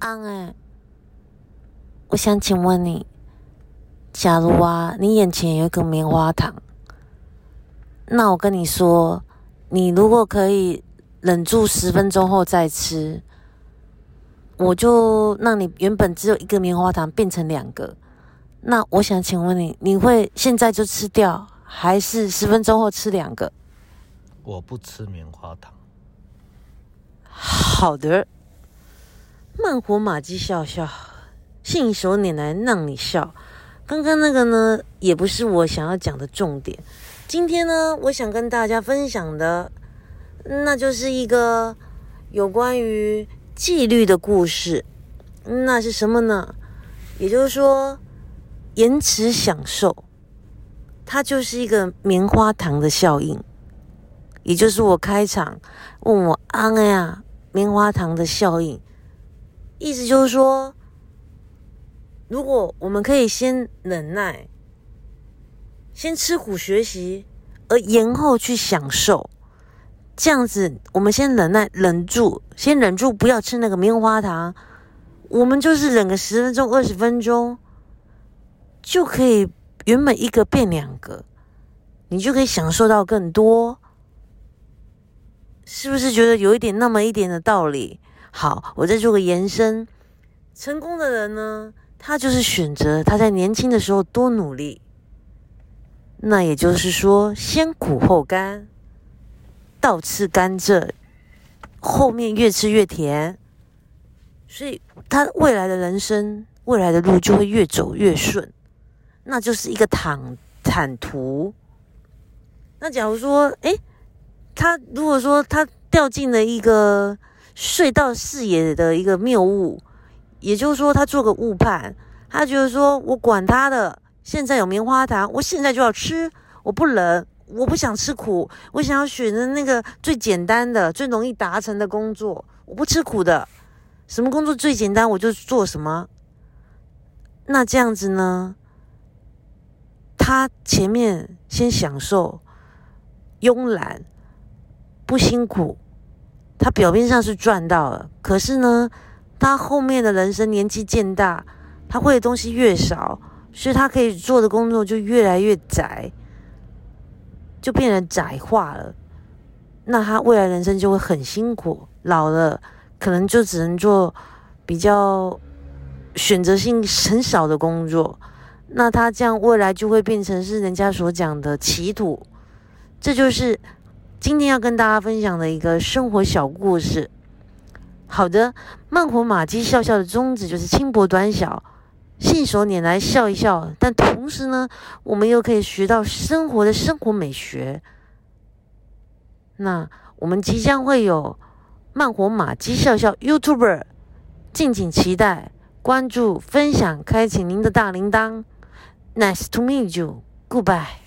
安我想请问你，假如你眼前有一个棉花糖，那我跟你说，你如果可以忍住10分钟后再吃，我就让你原本只有一个棉花糖变成2个。那我想请问你，你会现在就吃掉，还是10分钟后吃2个？ 我不吃棉花糖。 好的，慢活马鸡笑笑，信手拈来让你笑。刚刚那个呢，也不是我想要讲的重点。今天呢，我想跟大家分享的，那就是一个有关于纪律的故事。那是什么呢？也就是说，延迟享受，它就是一个棉花糖的效应。也就是我开场问我棉花糖的效应，意思就是说，如果我们可以先忍耐，先吃苦学习，而延后去享受，这样子我们先忍耐，先忍住不要吃那个棉花糖，我们就是忍个10分钟20分钟，就可以原本1个变2个，你就可以享受到更多。是不是觉得有那么一点的道理？好，我再做个延伸。成功的人呢，他就是选择他在年轻的时候多努力。那也就是说，先苦后甘，倒吃甘蔗，后面越吃越甜。所以他未来的人生，未来的路就会越走越顺，那就是一个坦途。那假如说，他如果说他掉进了一个隧道视野的一个谬误，也就是说他做个误判，他觉得说我管他的，现在有棉花糖，我现在就要吃，我不忍，我不想吃苦，我想要选择那个最简单的、最容易达成的工作，我不吃苦的，什么工作最简单我就做什么。那这样子呢，他前面先享受慵懒不辛苦，他表面上是赚到了，可是呢，他后面的人生年纪渐大，他会的东西越少，所以他可以做的工作就越来越窄，就变得窄化了。那他未来人生就会很辛苦，老了可能就只能做比较选择性很少的工作。那他这样未来就会变成是人家所讲的歧途。这就是今天要跟大家分享的一个生活小故事。好的，慢活马鸡笑笑的宗旨就是轻薄短小，信手拈来笑一笑，但同时呢，我们又可以学到生活美学。那我们即将会有慢活马鸡笑笑 YouTuber， 敬请期待，关注、分享、开启您的大铃铛。Nice to meet you. Goodbye.